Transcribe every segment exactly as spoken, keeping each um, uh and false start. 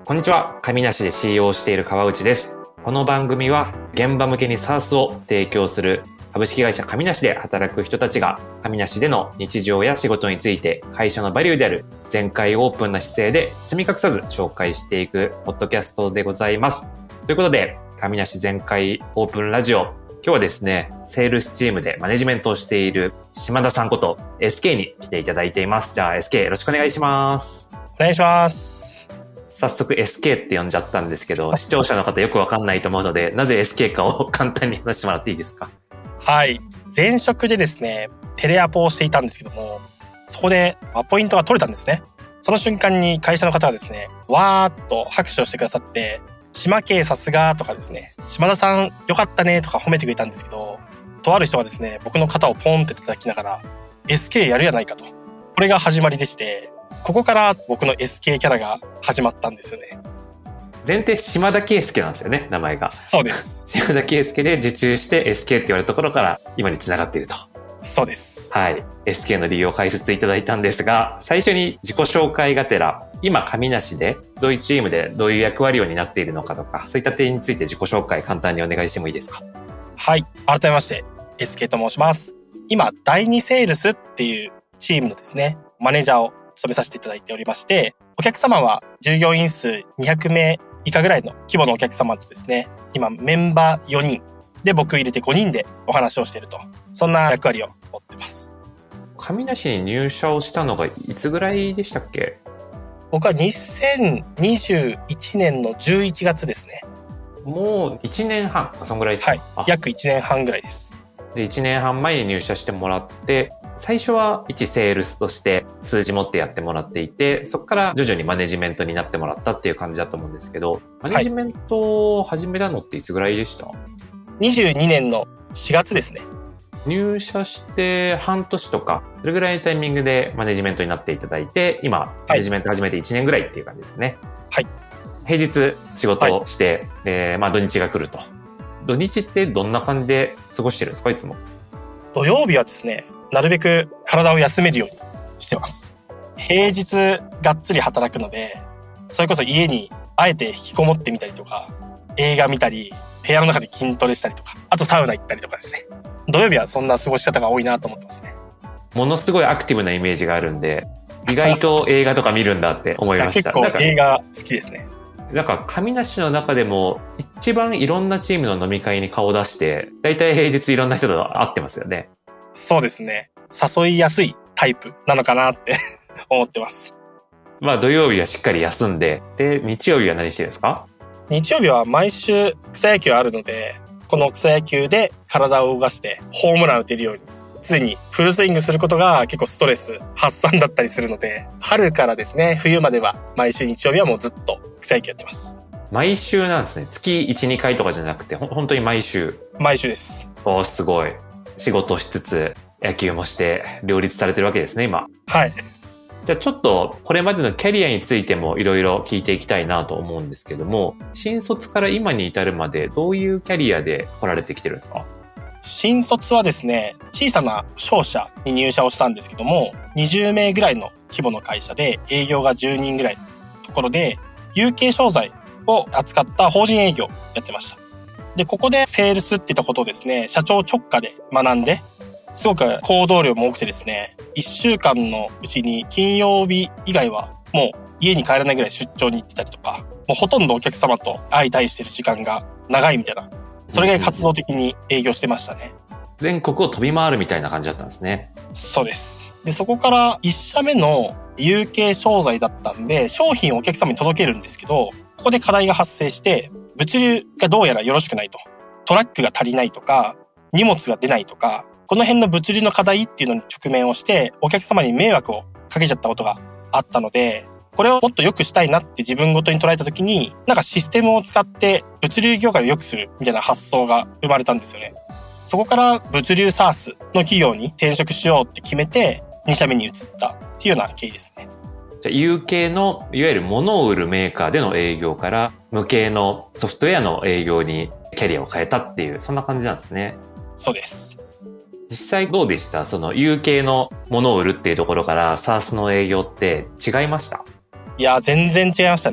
こんにちは。神梨で シーイーオー をしている川内です。この番組は現場向けに SaaS を提供する株式会社神梨で働く人たちが神梨での日常や仕事について会社のバリューである全開オープンな姿勢で包み隠さず紹介していくポッドキャストでございます。ということで、神梨全開オープンラジオ。今日はですね、セールスチームでマネジメントをしている島田さんこと エスケー に来ていただいています。じゃあ エスケー よろしくお願いします。 お願いします。 早速 エスケー って呼んじゃったんですけど、視聴者の方よくわかんないと思うので、なぜ エスケー かを簡単に話してもらっていいですか？ はい。前職でですね、テレアポをしていたんですけども、そこでアポイントが取れたんですね。その瞬間に会社の方がですね、わーっと拍手をしてくださって、島系さすがとかですね、島田さんよかったねとか褒めてくれたんですけど、とある人がですね、僕の肩をポンって叩きながら、エスケー やるやないかと。これが始まりでして、ここから僕の エスケー キャラが始まったんですよね。 前提島田圭介なんですよね、名前が。 そうです。 島田圭介で受注して エスケー って言われたところから今に繋がっていると。 そうです。 はい。エスケー の理由を解説いただいたんですが、最初に自己紹介がてら、今神梨でどういうチームでどういう役割を担っているのかとか、そういった点について自己紹介簡単にお願いしてもいいですか？ はい。改めまして、エスケー と申します。今、第二セールスっていうチームのですね、マネージャーを務めさせていただいておりまして、お客様は従業員数にひゃくめい以下ぐらいの規模のお客様とですね、今メンバーよにんで僕入れてごにんでお話をしていると、そんな役割を持ってます。 神梨に入社をしたのがいつぐらいでしたっけ？ 僕はにせんにじゅういちねんのじゅういちがつですね。 もういちねんはん、そんぐらいですか？ はい、約いちねんはんぐらいです。 でいちねんはん前に入社してもらって、最初は一セールスとして数字持ってやってもらっていて、そこから徐々にマネジメントになってもらったっていう感じだと思うんですけど、マネジメントを始めたのっていつぐらいでした？はい、 にじゅうにねんのしがつですね。 入社して半年とか、それぐらいのタイミングでマネジメントになっていただいて、今、マネジメント始めていちねんぐらいっていう感じですね。 はい。 平日仕事をして、はい、えー、まあ土日が来ると。土日ってどんな感じで過ごしてるんですか、いつも？ 土曜日はですね、なるべく体を休めるようにしてます。平日がっつり働くので、それこそ家にあえて引きこもってみたりとか、映画見たり、部屋の中で筋トレしたりとか、あとサウナ行ったりとかですね。土曜日はそんな過ごし方が多いなと思ってますね。 ものすごいアクティブなイメージがあるんで、意外と映画とか見るんだって思いました。 結構映画好きですね。 なんか神梨の中でも一番いろんなチームの飲み会に顔を出して、だいたい平日いろんな人と会ってますよね。 そうですね。誘いやすいタイプなのかなって思ってます。 まあ土曜日はしっかり休んで、で日曜日は何してるんですか？ 日曜日は毎週草野球あるので、この草野球で体を動かしてホームラン打てるように常にフルスイングすることが結構ストレス発散だったりするので、春からですね冬までは毎週日曜日はもうずっと草野球やってます。 毎週なんですね。月いち、にかいとかじゃなくてほ本当に毎週？ 毎週です。 おー、すごい。仕事しつつ野球もして両立されてるわけですね今。 はい。 じゃあちょっとこれまでのキャリアについてもいろいろ聞いていきたいなと思うんですけども、新卒から今に至るまでどういうキャリアで来られてきてるんですか？ 新卒はですね、小さな商社に入社をしたんですけども、にじゅうめいぐらいの規模の会社で営業がじゅうにんぐらいのところで、有形商材を扱った法人営業やってました。で、ここでセールスっていったことをですね、社長直下で学んで、すごく行動量も多くてですね、いっしゅうかんのうちに金曜日以外はもう家に帰らないぐらい出張に行ってたりとか、もうほとんどお客様と相対してる時間が長いみたいな、それぐらい活動的に営業してましたね。 全国を飛び回るみたいな感じだったんですね。 そうです。で、そこからいっ社目の有形商材だったんで、商品をお客様に届けるんですけど、ここで課題が発生して、物流がどうやらよろしくないと。トラックが足りないとか、荷物が出ないとか、この辺の物流の課題っていうのに直面をして、お客様に迷惑をかけちゃったことがあったので、これをもっと良くしたいなって自分ごとに捉えたときに、なんかシステムを使って物流業界を良くするみたいな発想が生まれたんですよね。そこから物流 SaaS の企業に転職しようって決めて、に社目に移ったっていうような経緯ですね。 じゃあ有形のいわゆる物を売るメーカーでの営業から無形のソフトウェアの営業にキャリアを変えたっていう、そんな感じなんですね。 そうです。 実際どうでした？その有形の物を売るっていうところから SaaS の営業って違いました？ いや、全然違いましたね。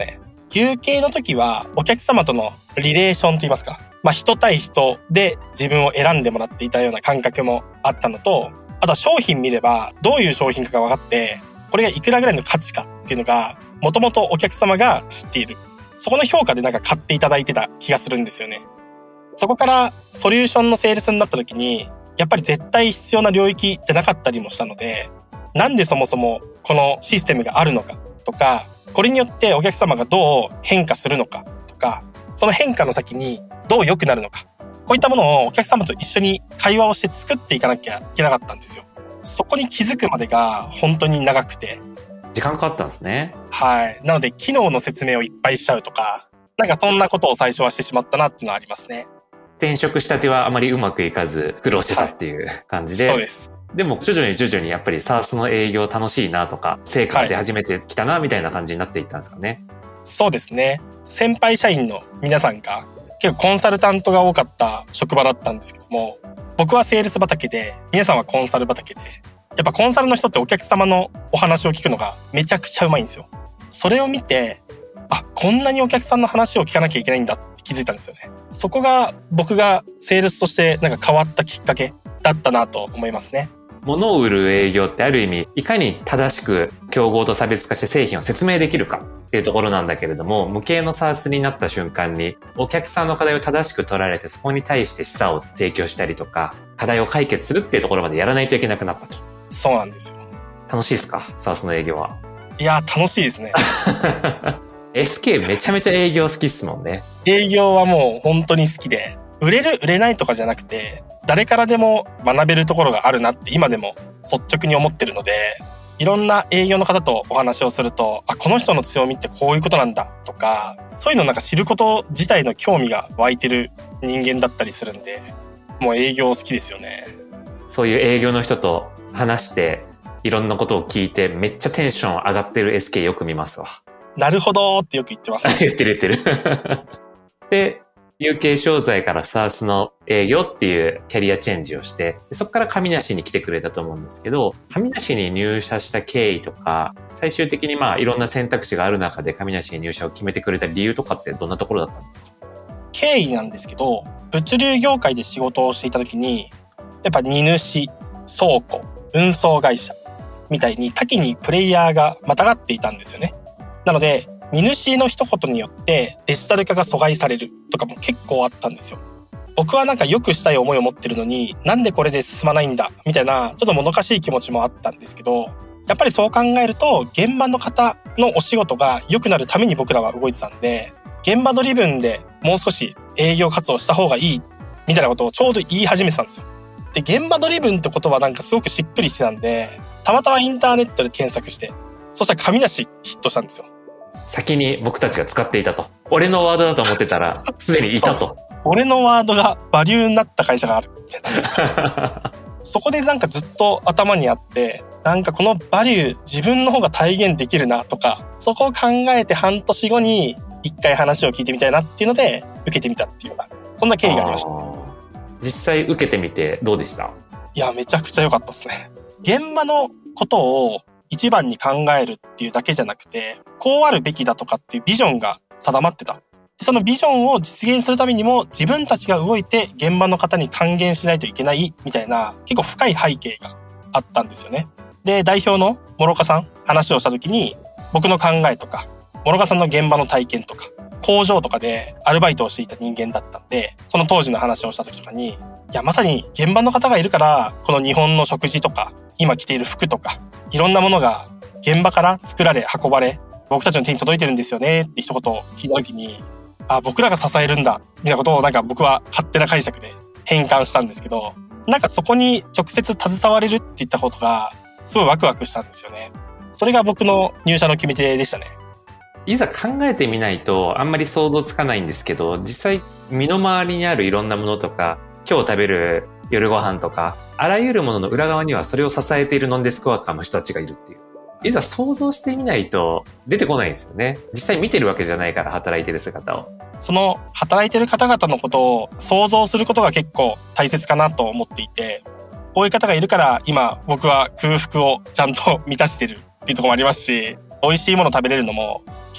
有形の時はお客様とのリレーションといいますか、まあ人対人で自分を選んでもらっていたような感覚もあったのと、あとは商品見ればどういう商品かが分かって、これがいくらぐらいの価値かっていうのがもともとお客様が知っている。そこの評価でなんか買っていただいてた気がするんですよね。そこからソリューションのセールスになった時に、やっぱり絶対必要な領域じゃなかったりもしたので、なんでそもそもこのシステムがあるのかとか、これによってお客様がどう変化するのかとか、その変化の先にどう良くなるのか、こういったものをお客様と一緒に会話をして作っていかなきゃいけなかったんですよ。そこに気づくまでが本当に長くて。 時間かかったんですね。 はい。なので機能の説明をいっぱいしちゃうとか、なんかそんなことを最初はしてしまったなっていうのはありますね。 転職したてはあまりうまくいかず苦労してたっていう感じで、 はい、そうです。 でも徐々に徐々にやっぱり SaaS の営業楽しいなとか、成果が出始めてきたなみたいな感じになっていったんですかね。 はい、そうですね。先輩社員の皆さんが結構コンサルタントが多かった職場だったんですけども、僕はセールス畑で、皆さんはコンサル畑で、やっぱコンサルの人ってお客様のお話を聞くのがめちゃくちゃうまいんですよ。それを見て、あ、こんなにお客さんの話を聞かなきゃいけないんだって気づいたんですよね。そこが僕がセールスとしてなんか変わったきっかけだったなと思いますね。 物を売る営業ってある意味、いかに正しく競合と差別化して製品を説明できるかっていうところなんだけれども、無形の SaaS になった瞬間に、お客さんの課題を正しく取られて、そこに対して示唆を提供したりとか、課題を解決するっていうところまでやらないといけなくなったと。 そうなんですよ。 楽しいですか？ SaaS の営業は。 いや、楽しいですね。 エスケー めちゃめちゃ営業好きっすもんね。 営業はもう本当に好きで、売れる売れないとかじゃなくて、誰からでも学べるところがあるなって今でも率直に思ってるので、いろんな営業の方とお話をすると、あ、この人の強みってこういうことなんだとか、そういうのなんか知ること自体の興味が湧いてる人間だったりするんで、もう営業好きですよね。 そういう営業の人と話して、いろんなことを聞いて、めっちゃテンション上がってる エスケー よく見ますわ。 なるほどってよく言ってます。 言ってる言ってる。で、有形商材から SaaS の営業っていうキャリアチェンジをして、そこから神梨に来てくれたと思うんですけど、神梨に入社した経緯とか、最終的にまあいろんな選択肢がある中で神梨に入社を決めてくれた理由とかってどんなところだったんですか？ 経緯なんですけど、物流業界で仕事をしていた時に、やっぱ荷主、倉庫、運送会社みたいに多岐にプレイヤーがまたがっていたんですよね。なので、荷主の一言によってデジタル化が阻害されるとかも結構あったんですよ。僕はなんか良くしたい思いを持ってるのに、なんでこれで進まないんだみたいな、ちょっともどかしい気持ちもあったんですけど、やっぱりそう考えると、現場の方のお仕事が良くなるために僕らは動いてたんで、現場ドリブンでもう少し営業活動した方がいいみたいなことをちょうど言い始めてたんですよ。で、現場ドリブンってことはなんかすごくしっくりしてたんで、たまたまインターネットで検索して、そしたら神梨ヒットしたんですよ。 先に僕たちが使っていたと。俺のワードだと思ってたら、すでにいたと。 俺のワードがバリューになった会社があるみたいな。そこでなんかずっと頭にあって、なんかこのバリュー自分の方が体現できるなとか、そこを考えて半年後に一回話を聞いてみたいなっていうので受けてみたっていうような、そんな経緯がありました。 実際受けてみてどうでした？ いや、めちゃくちゃ良かったですね。現場のことを一番に考えるっていうだけじゃなくて、こうあるべきだとかっていうビジョンが定まってた。そのビジョンを実現するためにも自分たちが動いて現場の方に還元しないといけないみたいな結構深い背景があったんですよね。で、代表の諸岡さん話をした時に僕の考えとか、諸岡さんの現場の体験とか、工場とかでアルバイトをしていた人間だったんで、その当時の話をした時とかに、いや、まさに現場の方がいるから、この日本の食事とか、今着ている服とか、いろんなものが現場から作られ、運ばれ、僕たちの手に届いてるんですよねって一言を聞いた時に、あ、僕らが支えるんだ、みたいなことをなんか僕は勝手な解釈で変換したんですけど、なんかそこに直接携われるって言ったことが、すごいワクワクしたんですよね。それが僕の入社の決め手でしたね。 いざ考えてみないとあんまり想像つかないんですけど、実際身の回りにあるいろんなものとか、今日食べる夜ご飯とか、あらゆるものの裏側にはそれを支えているノンデスクワーカーの人たちがいるっていう。いざ想像してみないと出てこないんですよね。実際見てるわけじゃないから働いてる姿を。 その働いてる方々のことを想像することが結構大切かなと思っていて、こういう方がいるから今僕は空腹をちゃんと満たしてるっていうところもありますし、美味しいもの食べれるのも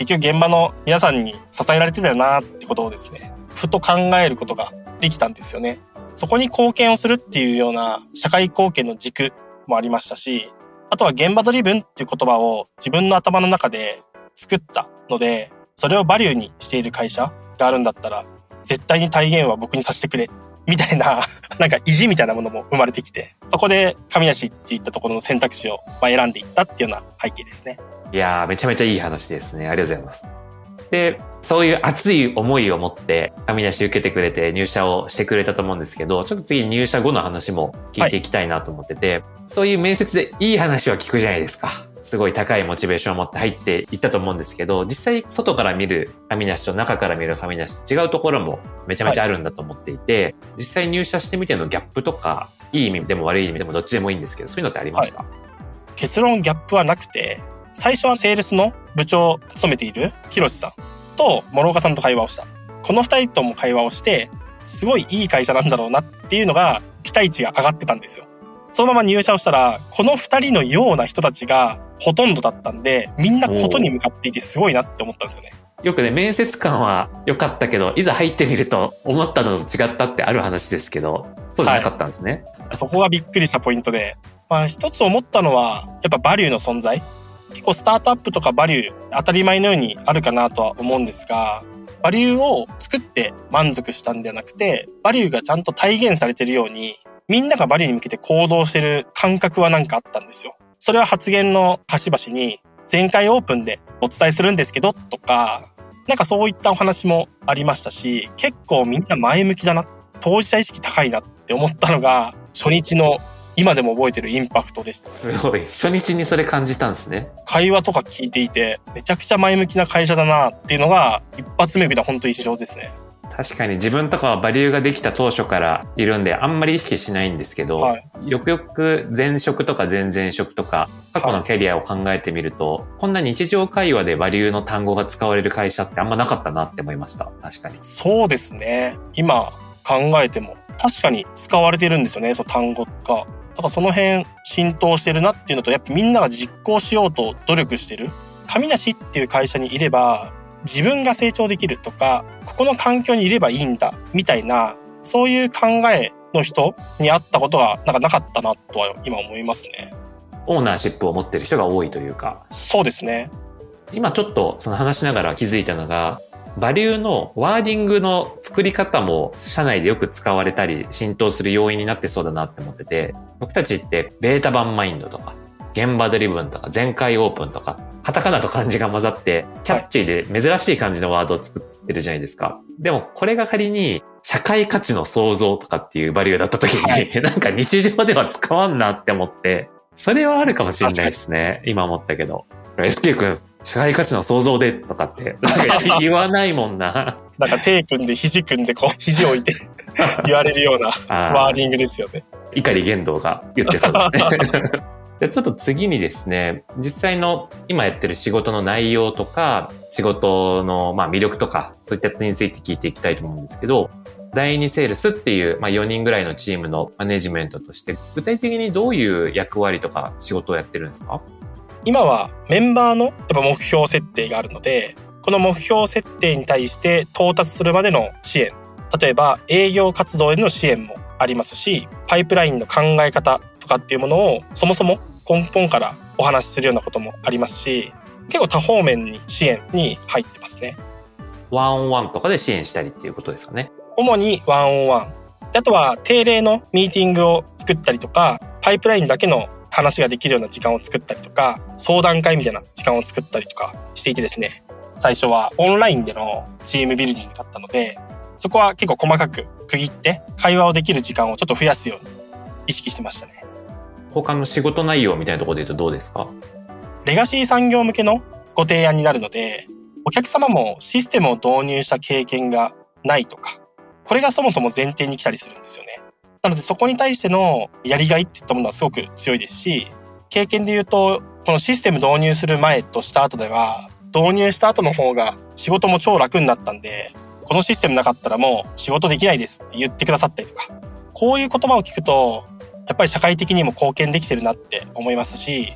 結局現場の皆さんに支えられてたよなってことをですね、ふと考えることができたんですよね。そこに貢献をするっていうような社会貢献の軸もありましたし、あとは現場ドリブンっていう言葉を自分の頭の中で作ったので、それをバリューにしている会社があるんだったら、絶対に体現は僕にさせてくれみたいななんか意地みたいなものも生まれてきて、そこで神梨っていったところの選択肢をまあ選んでいったっていうような背景ですね。 いやー、めちゃめちゃいい話ですね。ありがとうございます。で、そういう熱い思いを持って神梨受けてくれて入社をしてくれたと思うんですけど、ちょっと次入社後の話も聞いていきたいなと思ってて、はい、そういう面接でいい話は聞くじゃないですか。すごい高いモチベーションを持って入っていったと思うんですけど、実際外から見る神梨と中から見る神梨と違うところもめちゃめちゃあるんだと思っていて、はい、実際入社してみてのギャップとか、いい意味でも悪い意味でもどっちでもいいんですけど、そういうのってありました？はい、 結論ギャップはなくて、最初はセールスの部長を務めているひろしさんと諸岡さんと会話をした。この二人とも会話をして、すごいいい会社なんだろうなっていうのが期待値が上がってたんですよ。そのまま入社をしたら、この二人のような人たちがほとんどだったんで、みんなことに向かっていてすごいなって思ったんですよね。 よくね、面接官は良かったけど、いざ入ってみると思ったのと違ったってある話ですけど、そうじゃなかったんですね。 はい、そこがびっくりしたポイントで、まあ一つ思ったのは、やっぱバリューの存在。結構スタートアップとかバリュー当たり前のようにあるかなとは思うんですが、バリューを作って満足したんではなくて、バリューがちゃんと体現されているように、みんながバリューに向けて行動してる感覚はなんかあったんですよ。それは発言の端々に、前回オープンでお伝えするんですけどとか、なんかそういったお話もありましたし、結構みんな前向きだな、当事者意識高いなって思ったのが、初日の今でも覚えてるインパクトでした。 すごい。初日にそれ感じたんですね。 会話とか聞いていて、めちゃくちゃ前向きな会社だなっていうのが、一発目見た本当印象ですね。 確かに自分とかはバリューができた当初からいるんであんまり意識しないんですけど、はい、よくよく前職とか前々職とか過去のキャリアを考えてみると、はい、こんな日常会話でバリューの単語が使われる会社ってあんまなかったなって思いました。確かに。 そうですね。今考えても確かに使われてるんですよね、その単語が。だからその辺浸透してるなっていうのと、やっぱみんなが実行しようと努力してる。神梨っていう会社にいれば自分が成長できるとか、ここの環境にいればいいんだみたいな、そういう考えの人に会ったことがなんかなかったなとは今思いますね。 オーナーシップを持ってる人が多いというか。 そうですね。 今ちょっとその話しながら気づいたのが、バリューのワーディングの作り方も社内でよく使われたり浸透する要因になってそうだなって思ってて、僕たちってベータ版マインドとか現場ドリブンとか前回オープンとかカタカナと漢字が混ざってキャッチーで珍しい感じのワードを作ってるじゃないですか。でもこれが仮に社会価値の創造とかっていうバリューだった時に、はい、なんか日常では使わんなって思って、それはあるかもしれないですね。今思ったけど エスケー 君社会価値の創造でとかってなんか言わないもんな。 なんか手組んで肘組んでこう肘置いて言われるようなワーディングですよね。 碇玄道が言ってそうですね。でちょっと次にですね、実際の今やってる仕事の内容とか仕事のまあ魅力とかそういった点について聞いていきたいと思うんですけど、だいにセールスっていうまあよにんぐらいのチームのマネジメントとして具体的にどういう役割とか仕事をやってるんですか？ 今はメンバーのやっぱ目標設定があるので、この目標設定に対して到達するまでの支援、例えば営業活動への支援もありますし、パイプラインの考え方とかっていうものをそもそも根本からお話しするようなこともありますし、結構多方面に支援に入ってますね。 ワンオンワンとかで支援したりっていうことですかね。 主にワンオンワン。あとは定例のミーティングを作ったりとか、パイプラインだけの話ができるような時間を作ったりとか、相談会みたいな時間を作ったりとかしていてですね、最初はオンラインでのチームビルディングだったので、そこは結構細かく区切って会話をできる時間をちょっと増やすように意識してましたね。 他の仕事内容みたいなところで言うとどうですか？ レガシー産業向けのご提案になるので、お客様もシステムを導入した経験がないとか、これがそもそも前提に来たりするんですよね。なのでそこに対してのやりがいっていったものはすごく強いですし、経験で言うとこのシステム導入する前とした後では、導入した後の方が仕事も超楽になったんで、このシステムなかったらもう仕事できないですって言ってくださったりとか、こういう言葉を聞くとやっぱり社会的にも貢献できてるなって思いますし、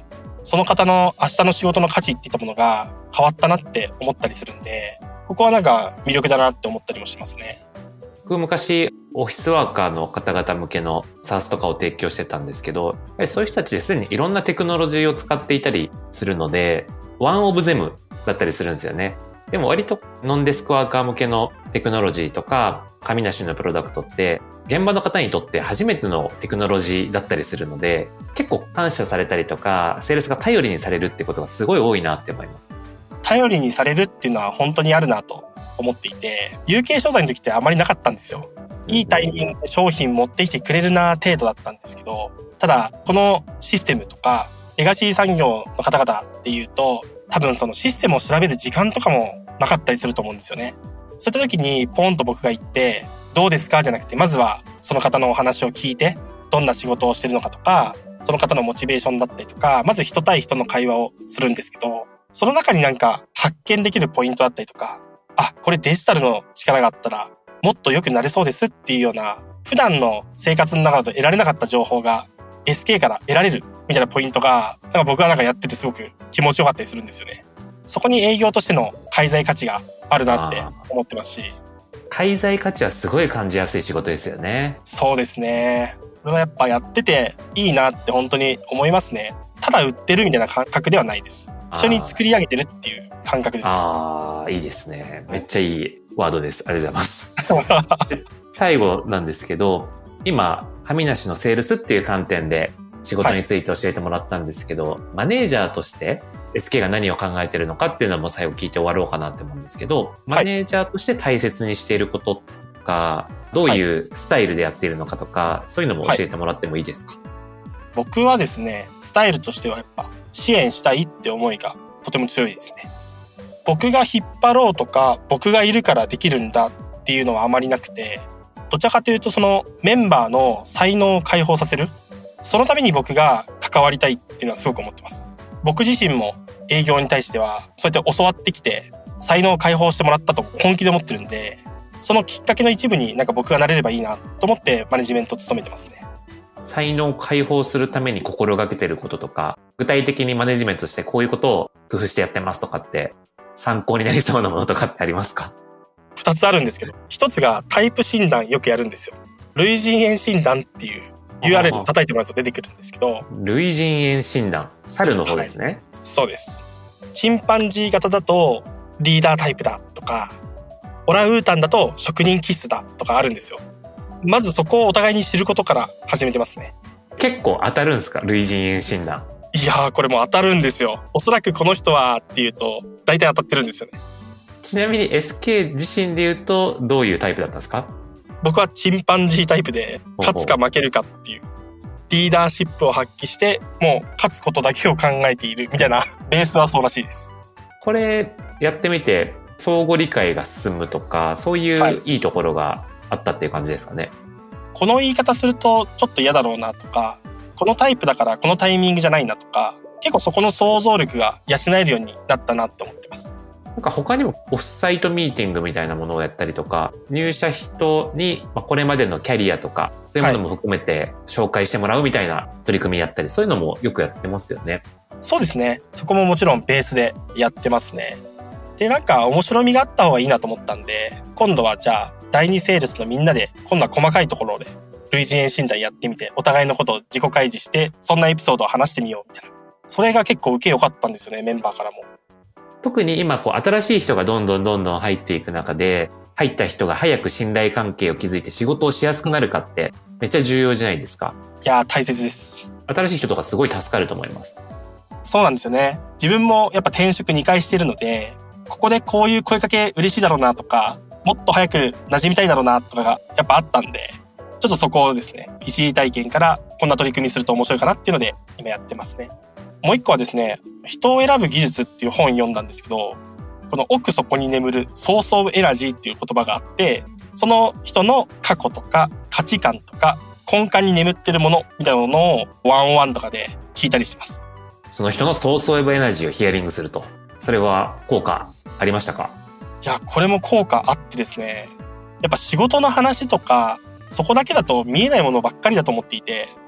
その方の明日の仕事の価値っていったものが変わったなって思ったりするんで、ここはなんか魅力だなって思ったりもしますね。 僕昔オフィスワーカーの方々向けの SaaS とかを提供してたんですけど、やっぱりそういう人たちですでにいろんなテクノロジーを使っていたりするので、ワンオブゼムだったりするんですよね。でも割とノンデスクワーカー向けのテクノロジーとか神梨のプロダクトって現場の方にとって初めてのテクノロジーだったりするので、結構感謝されたりとかセールスが頼りにされるってことがすごい多いなって思います。 頼りにされるっていうのは本当にあるなと思っていて、有形商材の時ってあまりなかったんですよ。いいタイミングで商品持ってきてくれるな程度だったんですけど、ただこのシステムとかレガシー産業の方々っていうと、多分そのシステムを調べる時間とかもなかったりすると思うんですよね。そういった時にポンと僕が言ってどうですかじゃなくて、まずはその方のお話を聞いて、どんな仕事をしてるのかとか、その方のモチベーションだったりとか、まず人対人の会話をするんですけど、その中になんか発見できるポイントだったりとか、あ、これデジタルの力があったらもっと良くなれそうですっていうような、普段の生活の中だと得られなかった情報が エスケー から得られるみたいなポイントが、なんか僕はなんかやっててすごく気持ちよかったりするんですよね。そこに営業としての介在価値があるなって思ってますし、 介在価値はすごい感じやすい仕事ですよね。 そうですね。これはやっぱやってていいなって本当に思いますね。ただ売ってるみたいな感覚ではないです。一緒に作り上げてるっていう感覚です、ね。 ああ、いいですね。めっちゃいいワードです。ありがとうございます。最後なんですけど、今、神梨のセールスっていう観点で仕事について教えてもらったんですけど、はい、マネージャーとして エスケー が何を考えてるのかっていうのも最後聞いて終わろうかなって思うんですけど、マネージャーとして大切にしていることとか、どういうスタイルでやっているのかとか、そういうのも教えてもらってもいいですか？はい、 僕はですね、スタイルとしてはやっぱ支援したいって思いがとても強いですね。僕が引っ張ろうとか、僕がいるからできるんだっていうのはあまりなくて、どちらかというとそのメンバーの才能を解放させる、そのために僕が関わりたいっていうのはすごく思ってます。僕自身も営業に対してはそうやって教わってきて才能を解放してもらったと本気で思ってるんで、そのきっかけの一部になんか僕がなれればいいなと思ってマネジメントを務めてますね。 才能を解放するために心がけてることとか、具体的にマネジメントしてこういうことを工夫してやってますとかって参考になりそうなものとかってありますか？ 二つあるんですけど、一つがタイプ診断よくやるんですよ。類人猿診断っていう ユーアールエル 叩いてもらうと出てくるんですけど、 類人猿診断、猿の方ですね。はい、 そうです。チンパンジー型だとリーダータイプだとか、オランウータンだと職人気質だとかあるんですよ。まずそこをお互いに知ることから始めてますね。 結構当たるんですか？類人猿診断。 いやー、これも当たるんですよ。おそらくこの人はっていうと大体当たってるんですよね。 ちなみに エスケー 自身で言うとどういうタイプだったんですか？ 僕はチンパンジータイプで、勝つか負けるかっていうリーダーシップを発揮してもう勝つことだけを考えているみたいなベースはそうらしいです。 これやってみて相互理解が進むとか、そういういいところがあったっていう感じですかね。はい、 この言い方するとちょっと嫌だろうなとか、このタイプだからこのタイミングじゃないなとか、結構そこの想像力が養えるようになったなって思ってます。 なんか他にもオフサイトミーティングみたいなものをやったりとか、入社人にこれまでのキャリアとかそういうものも含めて紹介してもらうみたいな取り組みやったり、そういうのもよくやってますよね。 そうですね。そこももちろんベースでやってますね。で、なんか面白みがあった方がいいなと思ったんで、今度はじゃあだいにセールスのみんなで今度は細かいところで類人猿診断やってみて、お互いのことを自己開示してそんなエピソードを話してみようみたいな。それが結構受け良かったんですよね、メンバーからも。 特に今こう新しい人がどんどんどんどん入っていく中で、入った人が早く信頼関係を築いて仕事をしやすくなるかってめっちゃ重要じゃないですか。 いやー、大切です。 新しい人とかすごい助かると思います。 そうなんですよね。自分もやっぱ転職にかいしてるので、ここでこういう声かけ嬉しいだろうなとか、もっと早く馴染みたいだろうなとかがやっぱあったんで、ちょっとそこをですね、一時体験からこんな取り組みすると面白いかなっていうので今やってますね。もう一個はですね、人を選ぶ技術っていう本読んだんですけど、この奥底に眠るソースオブエナジーっていう言葉があって、その人の過去とか価値観とか根幹に眠ってるものみたいなものをワンオンワンとかで聞いたりしてます。 その人のソースオブエナジーをヒアリングすると、それは効果ありましたか？ いや、これも効果あってですね、やっぱ仕事の話とかそこだけだと見えないものばっかりだと思っていて、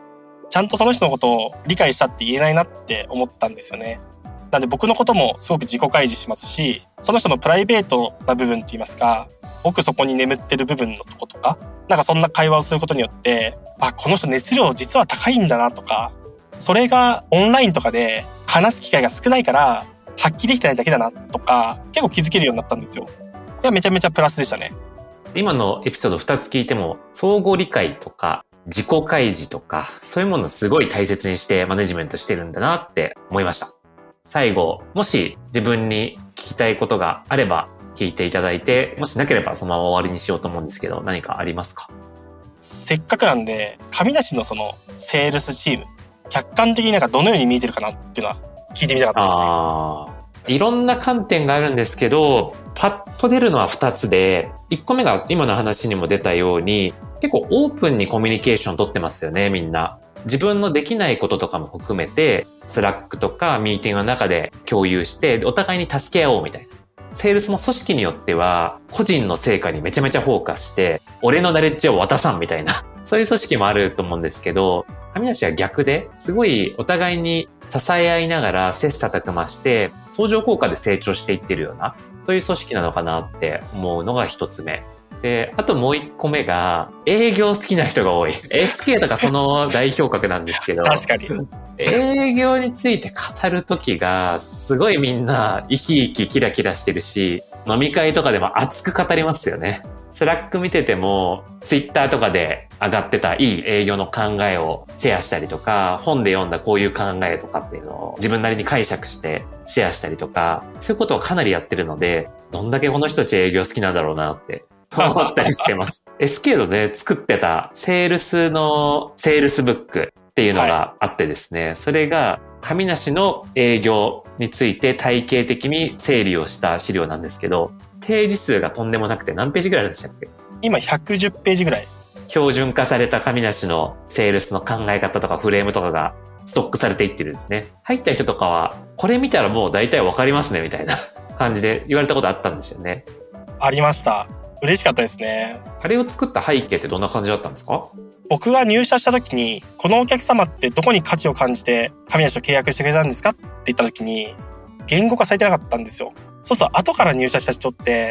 ちゃんとその人のことを理解したって言えないなって思ったんですよね。なんで僕のこともすごく自己開示しますし、その人のプライベートな部分といいますか、奥底に眠ってる部分のとことか、なんかそんな会話をすることによって、あ、この人熱量実は高いんだなとか、それがオンラインとかで話す機会が少ないから発揮できてないだけだなとか、結構気づけるようになったんですよ。これはめちゃめちゃプラスでしたね。 今のエピソードふたつ聞いても、相互理解とか自己開示とか、そういうものをすごい大切にしてマネジメントしてるんだなって思いました。最後、もし自分に聞きたいことがあれば聞いていただいて、もしなければそのまま終わりにしようと思うんですけど、何かありますか？ せっかくなんで、神梨のそのセールスチーム、客観的になんかどのように見えてるかなっていうのは聞いてみたかったですね。 あー、いろんな観点があるんですけど、パッと出るのはふたつで、いっこめが今の話にも出たように、結構オープンにコミュニケーション取ってますよね、みんな。自分のできないこととかも含めて、スラックとかミーティングの中で共有して、お互いに助け合おうみたいな。セールスも組織によっては、個人の成果にめちゃめちゃフォーカスして、俺のナレッジを渡さんみたいな、そういう組織もあると思うんですけど、神梨は逆で、すごいお互いに支え合いながら切磋琢磨して、相乗効果で成長していってるような、そういう組織なのかなって思うのが一つ目。で、あともう一個目が、営業好きな人が多い。エスケー とかその代表格なんですけど。 確かに。 営業について語るときが、すごいみんな生き生きキラキラしてるし、飲み会とかでも熱く語りますよね。スラック見てても、ツイッターとかで上がってたいい営業の考えをシェアしたりとか、本で読んだこういう考えとかっていうのを自分なりに解釈してシェアしたりとか、そういうことをかなりやってるので、どんだけこの人たち営業好きなんだろうなって思ったりしてます。エスケー のね、作ってたセールスのセールスブックっていうのがあってですね、はい、それが神梨の営業について体系的に整理をした資料なんですけど、ページ数がとんでもなくて何ページぐらいあるんでしたっけ？ 今ひゃくじゅうページぐらい。 標準化された神梨のセールスの考え方とかフレームとかがストックされていってるんですね。入った人とかは、これ見たらもう大体わかりますねみたいな感じで言われたことあったんですよね。 ありました。嬉しかったですね。 あれを作った背景ってどんな感じだったんですか？ 僕が入社した時に、このお客様ってどこに価値を感じて神梨と契約してくれたんですかって言った時に、言語化されてなかったんですよ。そうすると後から入社した人って、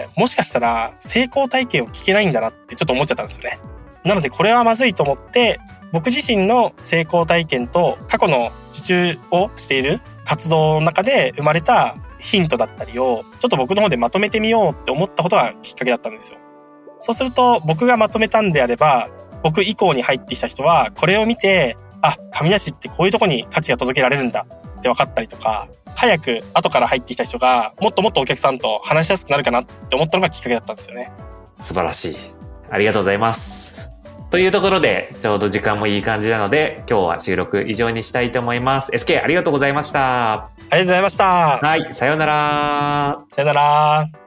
もしかしたら成功体験を聞けないんだなってちょっと思っちゃったんですよね。なのでこれはまずいと思って、僕自身の成功体験と過去の受注をしている活動の中で生まれたヒントだったりをちょっと僕の方でまとめてみようって思ったことがきっかけだったんですよ。そうすると僕がまとめたんであれば、僕以降に入ってきた人はこれを見て、あ、神梨ってこういうとこに価値が届けられるんだって分かったりとか、早く後から入ってきた人がもっともっとお客さんと話しやすくなるかなって思ったのがきっかけだったんですよね。 素晴らしい。ありがとうございます。というところでちょうど時間もいい感じなので、今日は収録以上にしたいと思います。エスケー ありがとうございました。 ありがとうございました。 はい、さようなら。 さようなら。